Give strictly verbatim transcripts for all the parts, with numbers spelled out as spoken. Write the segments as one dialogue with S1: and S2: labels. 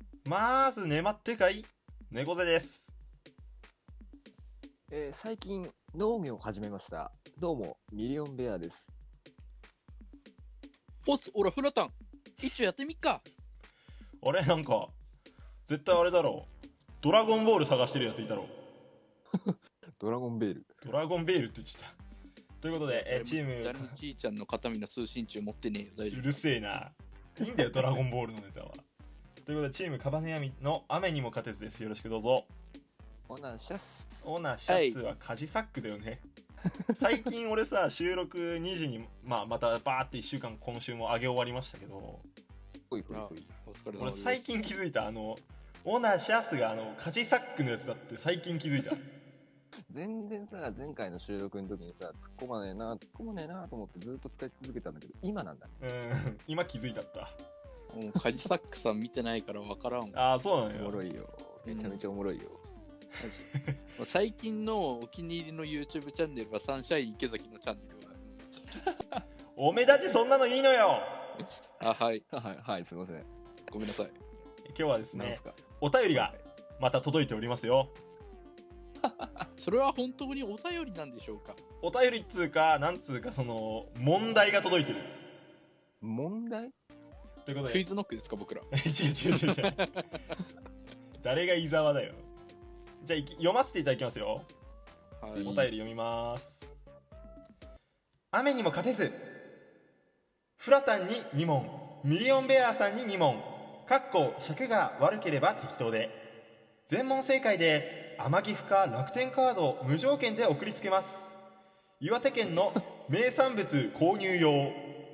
S1: まずねまってかい猫背です。
S2: えー、最近農業を始めました。どうもミリオンベアです。
S3: おつ、おらフラタン一丁やってみっか。
S1: あれなんか絶対あれだろう、ドラゴンボール探してるやついたろ。
S2: ドラゴンベール
S1: ドラゴンベールって言っちゃった。ということで、えーチーム
S3: 誰もじいちゃんの肩身の通信中持ってねえよ。大丈
S1: うるせえな、いいんだよドラゴンボールのネタは。ということでチームカバネヤミの雨にも勝てずです。よろしくどうぞ。
S2: オナシャス。
S1: オナシャスはカジサックだよね。最近俺さ収録にじに、まあ、またバーっていっしゅうかん今週も上げ終わりましたけど、
S2: ほいほいほい。
S3: 夫。お疲れ様
S1: 俺
S3: です。
S1: 最近気づいた、あのオナシャスがあのカジサックのやつだって最近気づいた。
S2: 全然さ、前回の収録の時にさ、突っ込まねえな突っ込まねえなと思ってずっと使い続けたんだけど、今なんだね。
S1: うん今気づいたった。
S3: もうカジサックさん見てないから分からんわ。
S1: ああそうなのよ。
S2: おもろいよ。めちゃめちゃおもろいよ。
S3: マジ最近のお気に入りの YouTube チャンネルはサンシャイン池崎のチャンネルがめっちゃ好き。
S1: おめだちそんなのいいのよ。
S3: あ、はい
S2: はいはい、すいません。
S3: ごめんなさい。
S1: 今日はですね
S2: なんすか。
S1: お便りがまた届いておりますよ。
S3: それは本当にお便りなんでしょうか。
S1: お便りっつうかなんつうかその問題が届いてる
S2: 問題？
S1: ということで
S3: クイズノックですか僕ら。
S1: 違う違う違う違う誰が伊沢だよ。じゃあいき読ませていただきますよ。
S3: はい。
S1: お便り読みます。雨にも勝てずフラタンにに問、ミリオンベアさんにに問、かっこ尺が悪ければ適当で、全問正解で天城か楽天カードを無条件で送りつけます。岩手県の名産物購入用。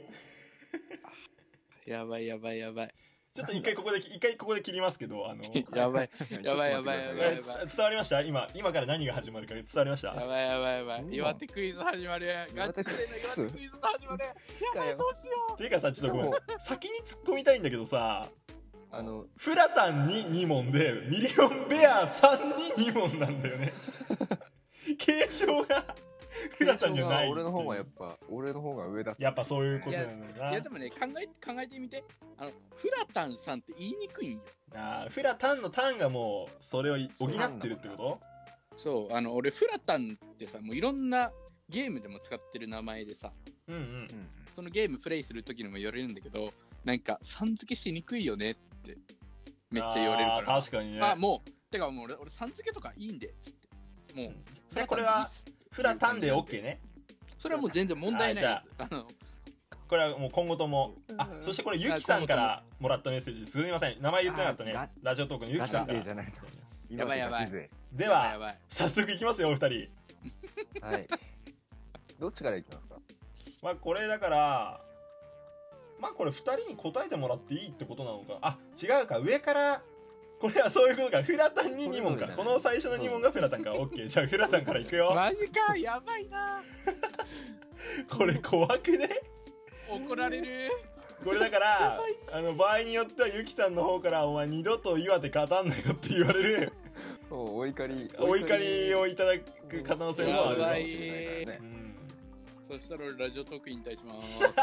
S3: やばいやばいやばい。
S1: ちょっと一回ここで一回ここで切りますけど、あの
S3: やばいやばいやばいやばいやばい。
S1: 伝わりました。今今から何が始まるか伝わりました。
S3: やばいやばいやばい。
S2: うわ
S3: 岩手クイズ始まる。ガチ勢の岩手クイズが始まる。やばいどうしよ
S1: ていうかさ、ちょっとごめん、先に突っ込みたいんだけどさ、
S2: あの、
S1: フラタンにに問でミリオンベアさんにに問なんだよね。継承がフラタンにはない。
S2: 俺の方がやっぱ、俺の方が上だった。
S1: やっぱそういうことなんだよ
S3: う。
S1: な。
S3: いやでもね、考え考えてみて。あのフラタンさんって言いにくいんよ。
S1: あーフラタンのタンがもうそれを補ってるってこと？
S3: そう、あの俺フラタンってさ、もういろんなゲームでも使ってる名前でさ、
S1: うんうん。
S2: うん
S3: そのゲームプレイする時にも言われるんだけど、なんかさん付けしにくいよねってめっちゃ言われるから。
S1: あー確かにね。
S3: あ、もうてかもう俺俺さん付けとかいいんでっつって、もう
S1: じゃあこれはフラタンで OK ね。
S3: それはもう全然問題ないです。あの
S1: これはもう今後とも。あ、そしてこれゆきさんからもらったメッセージです。すみません、名前言ってなかったね
S2: あ。
S1: ラジオトークのゆきさんから
S2: ガチ勢じゃないの。
S3: やばいやばい
S2: ガチ勢
S1: で
S3: やばいや
S1: は
S3: ばい。
S1: 早速いきますよお二人。
S2: はい。どっちからいきますか。
S1: まあこれだからまあこれふたりに答えてもらっていいってことなのか。あ、違うか、上からこれはそういうことか。フラタンにに問か。この最初のに問がフラタンか。オッケー、じゃあフラタンからいくよ。
S3: マジか、やばいな。
S1: これ怖くね。
S3: 怒られる。
S1: これだからあの場合によってはゆきさんの方からお前二度と岩手勝たんなよって言われる
S2: お怒り
S1: お怒りをいただく可能性もあるかもしれないからね。
S3: そしたら俺ラジオトーク引退します。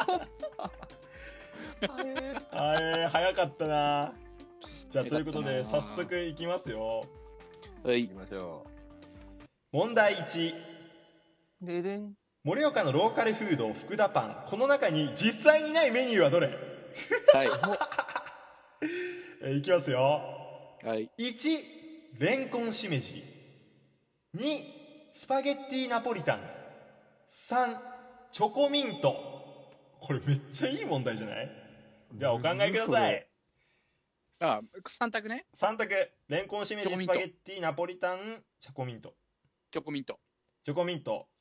S1: あれ早かったな。じゃあということで早
S3: 早かったな
S1: 速いきますよ。
S3: はい
S2: 行き。ましょ
S1: 問題いち。
S2: う。ででん。
S1: 盛岡のローカルフード福田パン、この中に実際にないメニューはどれ？
S3: は
S1: えーいきますよ。
S3: い。はい。
S1: いち、レンコンしめじ。に、スパゲッティナポリタン。さん、チョコミント。これめっちゃいい問題じゃない？ではお考えください。
S3: あ、三択ね。
S1: さん択。レンコンしめじ、
S3: チョコミント
S1: スパゲッティナポリタン、チョコミント。
S3: チョコミント。
S1: チョコミント。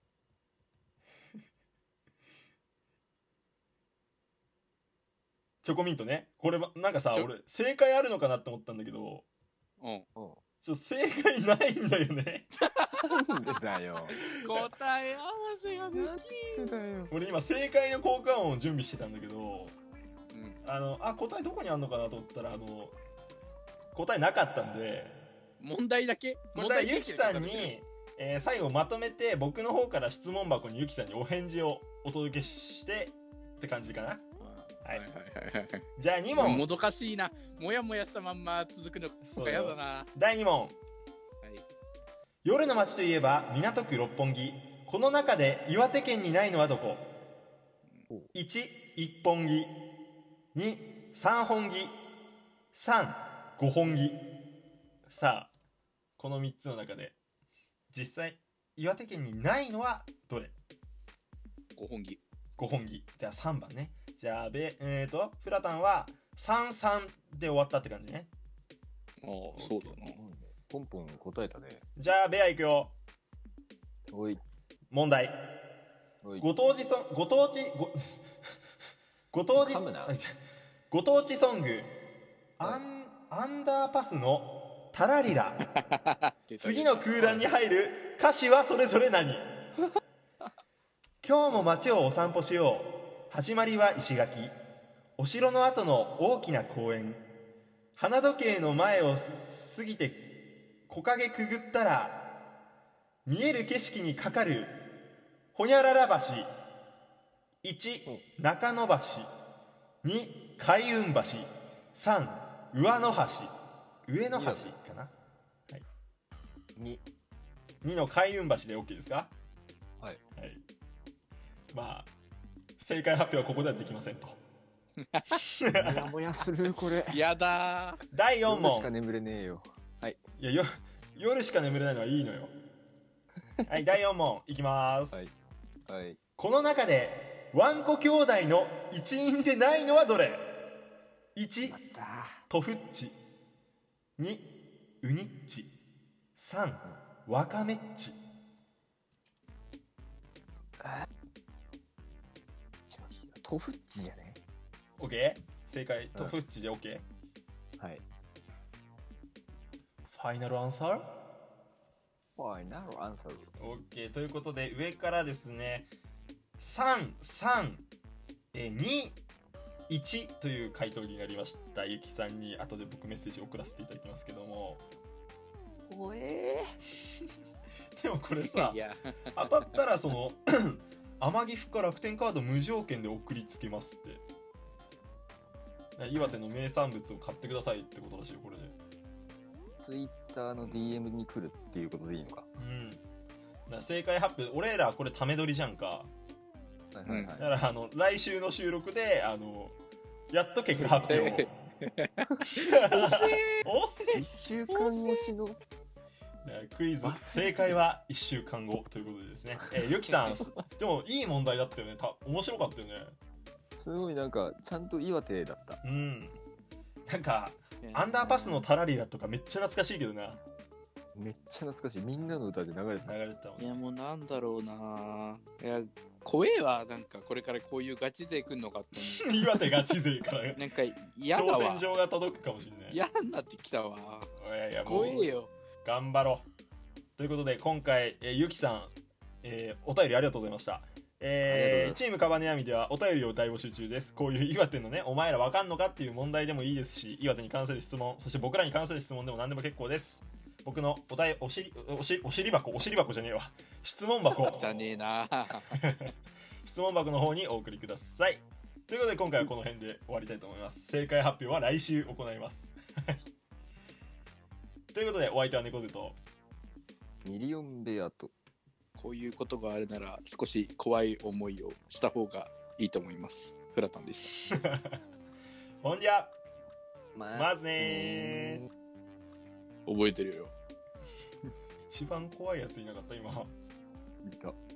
S1: チョコミントね。これなんかさ、
S3: ちょ
S1: 俺正解あるのかなって思ったんだけど、
S3: うん。
S2: おう。
S1: ちょっと正解ないんだよね。
S2: なんでだよ。
S3: 答え合わせがで
S2: なんでだよ。
S1: 俺今正解の効果音を準備してたんだけど、
S3: きん。
S1: あのあ答えどこにあんのかなと思ったら、あの答えなかったんで、
S3: 問題だけ。
S1: 問題ゆきさんに、えー最後まとめて僕の方から質問箱にゆきさんにお返事をお届けしてって感じかな。 はい
S3: はいはいはいはい。
S1: じゃあに問。
S3: もどかしいな。もやもやしたまんま続くのとかやだな。は
S1: だいに問。
S3: い。
S1: 夜の街といえば港区六本木。この中で岩手県にないのはどこ？いち、一本木。に、三本木。さん、五本木。さあ、このみっつの中で実際岩手県にないのはどれ？
S3: 五本木。
S1: 五本木。ではさんばんね。じゃあべえーとフラタンはさんさんで終わったって感じね。
S3: ああ、そうだな。
S2: ポンポン答えたね。
S1: じゃあベアいくよ。
S2: おい。
S1: 問題。
S2: おい。
S1: ご当地ソンご当地ごご当地
S2: 噛むな
S1: ご当地ソングアンアンダーパスのタラリラ次の空欄に入る歌詞はそれぞれ何？今日も街をお散歩しよう。始まりは石垣。お城の後の大きな公園。花時計の前をす過ぎて木陰くぐったら見える景色にかかるほにゃらら橋。いち、中野橋。に、海運橋。さん、上野橋。上野橋かな、はい、
S2: に。
S1: にの海運橋で OK ですか？
S2: はい。
S1: はい。まあ正解発表はここではできませんと。
S2: もやもやするこれ。
S3: やだー。
S1: だいよん問。
S2: 夜しか眠れねえよ。はい。
S1: いやよ夜しか眠れないのはいいのよ。はい、だいよん問いきます、
S2: はい。はい。
S1: この中でワンコ兄弟の一員でないのはどれ？ いち、トフッチ。に、ウニッチ。さん、ワカメッチ。
S2: トフッチじゃね？
S1: OK？ 正解、トフッチで OK？
S2: はい。
S1: ファイナルアンサー？
S2: ファイナルアンサー。
S1: OK ということで上からですねさん、さん、に、いちという回答になりました。ゆきさんに後で僕メッセージ送らせていただきますけども。
S2: おえ
S1: でもこれさ
S3: いや、
S1: 当たったらその天城か楽天カード無条件で送りつけますって岩手の名産物を買ってくださいってことらしいよこれで。
S2: ツイッターの ディーエム に来るっていうことでいいのか？
S1: うんだから正解発表俺らこれため撮りじゃんか。
S2: はいはいはい。
S1: だからあの来週の収録であのやっと結果発表
S3: おせ
S1: おせ
S2: 一週間越しの
S1: クイズ正解はいっしゅうかんごということでですね、えー、ゆきさんでもいい問題だったよね。た面白かったよね。
S2: すごいなんかちゃんと岩手だった。
S1: うんなんか
S3: ー
S1: アンダーパスのタラリラとかめっちゃ懐かしいけどな。
S2: めっちゃ懐かしい。みんなの歌で流れてた。
S1: 流れてたもんね。
S3: いや、もうなんだろうな。いや、怖えわ。なんかこれからこういうガチ勢来んのかって思
S1: 岩手ガチ勢から
S3: う。なんか嫌だわ。
S1: 挑戦状が届くかもしれない。
S3: 嫌になってきたわ。
S1: いやいやもう
S3: 怖えよ。
S1: 頑張ろうということで今回、えー、ゆきさん、えー、お便りありがとうございました。えー、チームカバネヤミではお便りを大募集中です。こういう岩手のねお前らわかんのかっていう問題でもいいですし、岩手に関する質問、そして僕らに関する質問でも何でも結構です。僕のおたえおしりおしお尻箱お尻箱じゃねえわ質問箱
S3: 汚ねえな。
S1: 質問箱の方にお送りください。ということで今回はこの辺で終わりたいと思います。正解発表は来週行いますということでお相手は猫背と
S2: ミリオンベアと。
S3: こういうことがあるなら少し怖い思いをした方がいいと思います。フラタンでした
S1: ほんじゃ
S2: ま
S1: まずね
S3: 覚えてるよ。
S1: 一番怖いやついなかった今
S2: ー。いた。